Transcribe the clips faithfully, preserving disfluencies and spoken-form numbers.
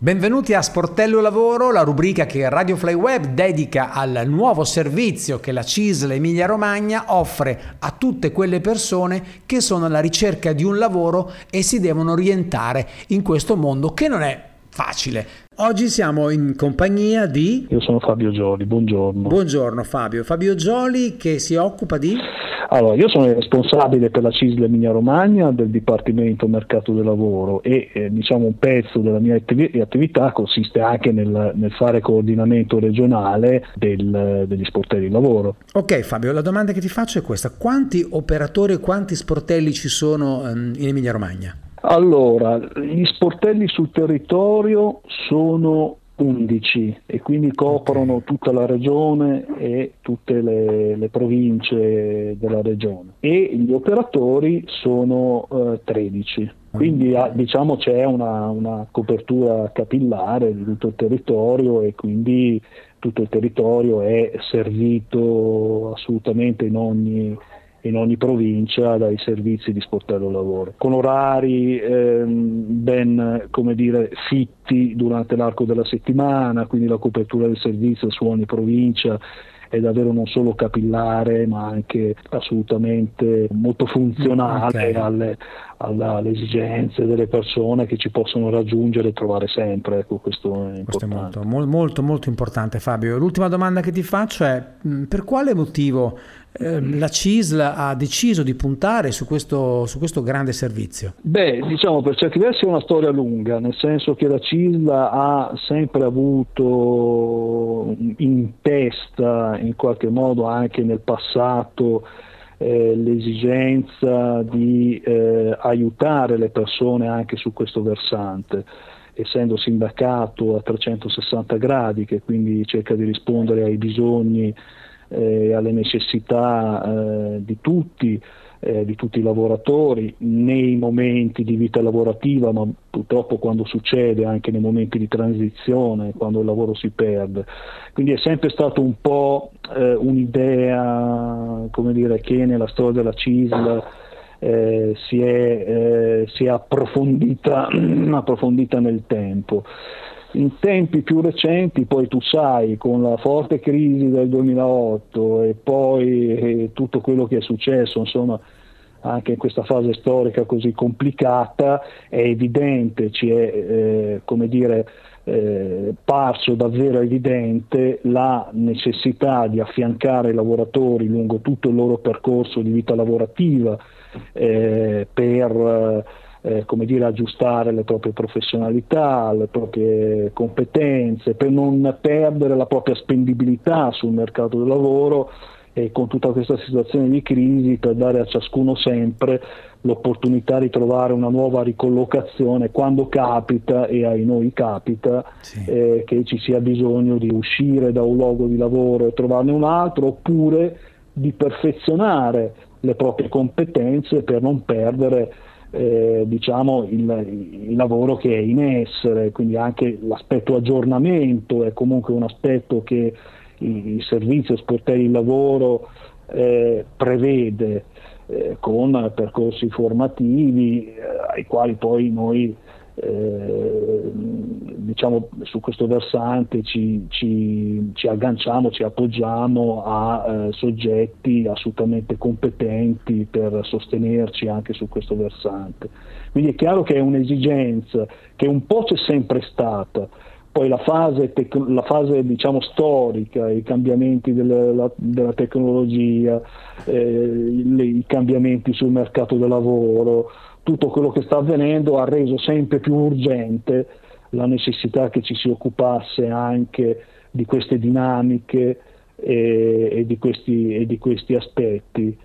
Benvenuti a Sportello Lavoro, la rubrica che Radio Fly Web dedica al nuovo servizio che la C I S L Emilia Romagna offre a tutte quelle persone che sono alla ricerca di un lavoro e si devono orientare in questo mondo che non è facile. Oggi siamo in compagnia di... Io sono Fabio Gioli, buongiorno. Buongiorno Fabio. Fabio Gioli che si occupa di... Allora, io sono responsabile per la C I S L Emilia Romagna del Dipartimento Mercato del Lavoro e eh, diciamo un pezzo della mia attiv- attività consiste anche nel, nel fare coordinamento regionale del, degli sportelli lavoro. Ok Fabio, la domanda che ti faccio è questa: quanti operatori e quanti sportelli ci sono um, in Emilia Romagna? Allora, gli sportelli sul territorio sono undici e quindi coprono okay. tutta la regione e tutte le, le province della regione, e gli operatori sono eh, tredici. Quindi diciamo c'è una, una copertura capillare di tutto il territorio e quindi tutto il territorio è servito assolutamente in ogni in ogni provincia dai servizi di sportello lavoro, con orari ehm, ben come dire fitti durante l'arco della settimana, quindi la copertura del servizio su ogni provincia è davvero non solo capillare ma anche assolutamente molto funzionale okay. alle, alle, alle esigenze delle persone che ci possono raggiungere e trovare sempre. Ecco, questo è importante. Questo è molto, molto, molto importante, Fabio. L'ultima domanda che ti faccio è: per quale motivo eh, la C I S L ha deciso di puntare su questo, su questo grande servizio? Beh, diciamo per certi versi è una storia lunga, nel senso che la C I S L ha sempre avuto in testa, in qualche modo anche nel passato, eh, l'esigenza di eh, aiutare le persone anche su questo versante, essendo sindacato a trecentosessanta gradi, che quindi cerca di rispondere ai bisogni e eh, alle necessità eh, di tutti, eh, di tutti i lavoratori nei momenti di vita lavorativa, ma purtroppo quando succede anche nei momenti di transizione, quando il lavoro si perde. Quindi è sempre stato un po' eh, un'idea, come dire, che nella storia della C I S L eh, si, è, eh, si è approfondita, approfondita nel tempo. In tempi più recenti, poi tu sai, con la forte crisi del duemilaotto e poi eh, tutto quello che è successo, insomma, anche in questa fase storica così complicata, è evidente, ci è, eh, come dire, eh, parso davvero evidente la necessità di affiancare i lavoratori lungo tutto il loro percorso di vita lavorativa eh, per Eh, come dire, aggiustare le proprie professionalità, le proprie competenze, per non perdere la propria spendibilità sul mercato del lavoro, e con tutta questa situazione di crisi per dare a ciascuno sempre l'opportunità di trovare una nuova ricollocazione quando capita, e ai noi capita, sì. eh, che ci sia bisogno di uscire da un luogo di lavoro e trovarne un altro, oppure di perfezionare le proprie competenze per non perdere Eh, diciamo il, il lavoro che è in essere. Quindi anche l'aspetto aggiornamento è comunque un aspetto che il servizio sportelli lavoro eh, prevede eh, con percorsi formativi eh, ai quali poi noi eh, diciamo su questo versante ci, ci, ci agganciamo, ci appoggiamo a eh, soggetti assolutamente competenti per sostenerci anche su questo versante. Quindi è chiaro che è un'esigenza che un po' c'è sempre stata. Poi la fase, tec- la fase diciamo storica, i cambiamenti della, della tecnologia, eh, le, i cambiamenti sul mercato del lavoro, tutto quello che sta avvenendo ha reso sempre più urgente la necessità che ci si occupasse anche di queste dinamiche e, e, di, questi, e di questi aspetti.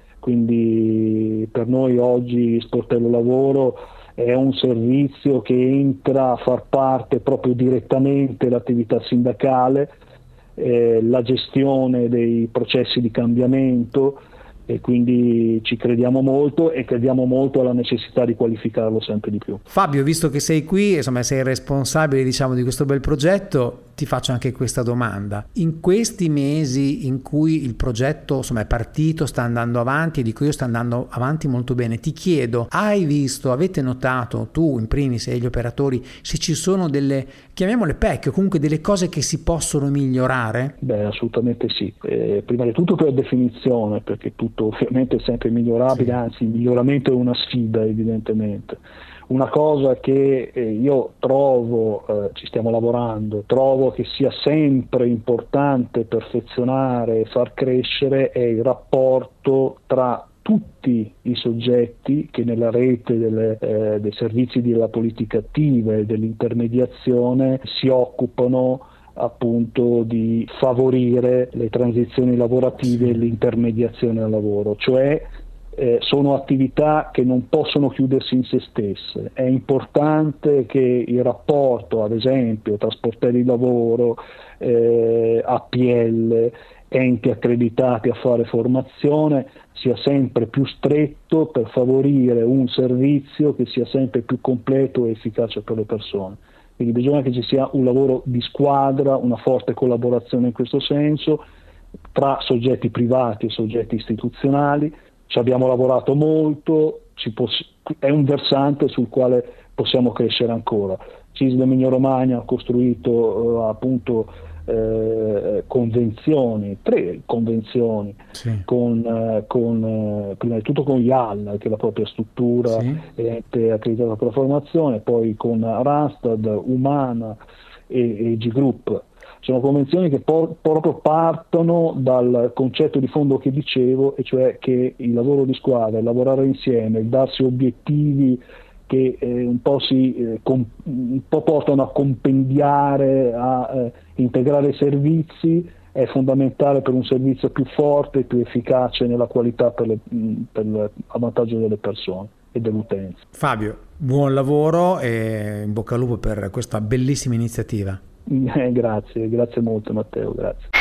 Quindi per noi oggi Sportello Lavoro è un servizio che entra a far parte proprio direttamente dell'attività sindacale, eh, la gestione dei processi di cambiamento, e quindi ci crediamo molto e crediamo molto alla necessità di qualificarlo sempre di più. Fabio, visto che sei qui, insomma sei responsabile diciamo di questo bel progetto, ti faccio anche questa domanda. In questi mesi in cui il progetto insomma è partito, sta andando avanti, e dico io sta andando avanti molto bene, ti chiedo, hai visto, avete notato tu in primis e gli operatori se ci sono delle, chiamiamole pecche o comunque delle cose che si possono migliorare? Beh, assolutamente sì. Eh, prima di tutto per definizione, perché tutto ovviamente è sempre migliorabile, sì. Anzi il miglioramento è una sfida evidentemente. Una cosa che eh, io trovo, eh, ci stiamo lavorando, trovo che sia sempre importante perfezionare e far crescere è il rapporto tra tutti i soggetti che nella rete delle, eh, dei servizi della politica attiva e dell'intermediazione si occupano appunto di favorire le transizioni lavorative e l'intermediazione al lavoro, cioè Eh, sono attività che non possono chiudersi in se stesse. È importante che il rapporto, ad esempio, tra sportelli di lavoro, eh, A P L, enti accreditati a fare formazione, sia sempre più stretto per favorire un servizio che sia sempre più completo e efficace per le persone. Quindi bisogna che ci sia un lavoro di squadra, una forte collaborazione in questo senso, tra soggetti privati e soggetti istituzionali. Ci abbiamo lavorato molto, ci poss- è un versante sul quale possiamo crescere ancora. C I S L Emilia Romagna ha costruito eh, appunto eh, convenzioni, tre convenzioni, sì. con, eh, con eh, prima di tutto con I A L, che è la propria struttura, sì. Ente accreditata per la formazione, poi con Randstad, Umana e, e G Group. Sono convenzioni che por- proprio partono dal concetto di fondo che dicevo, e cioè che il lavoro di squadra, il lavorare insieme, il darsi obiettivi che eh, un po' si eh, com- un po' portano a compendiare, a eh, integrare i servizi, è fondamentale per un servizio più forte e più efficace nella qualità per, le, per le, a vantaggio delle persone e dell'utenza. Fabio, buon lavoro e in bocca al lupo per questa bellissima iniziativa. Eh, grazie, grazie molto Matteo, grazie.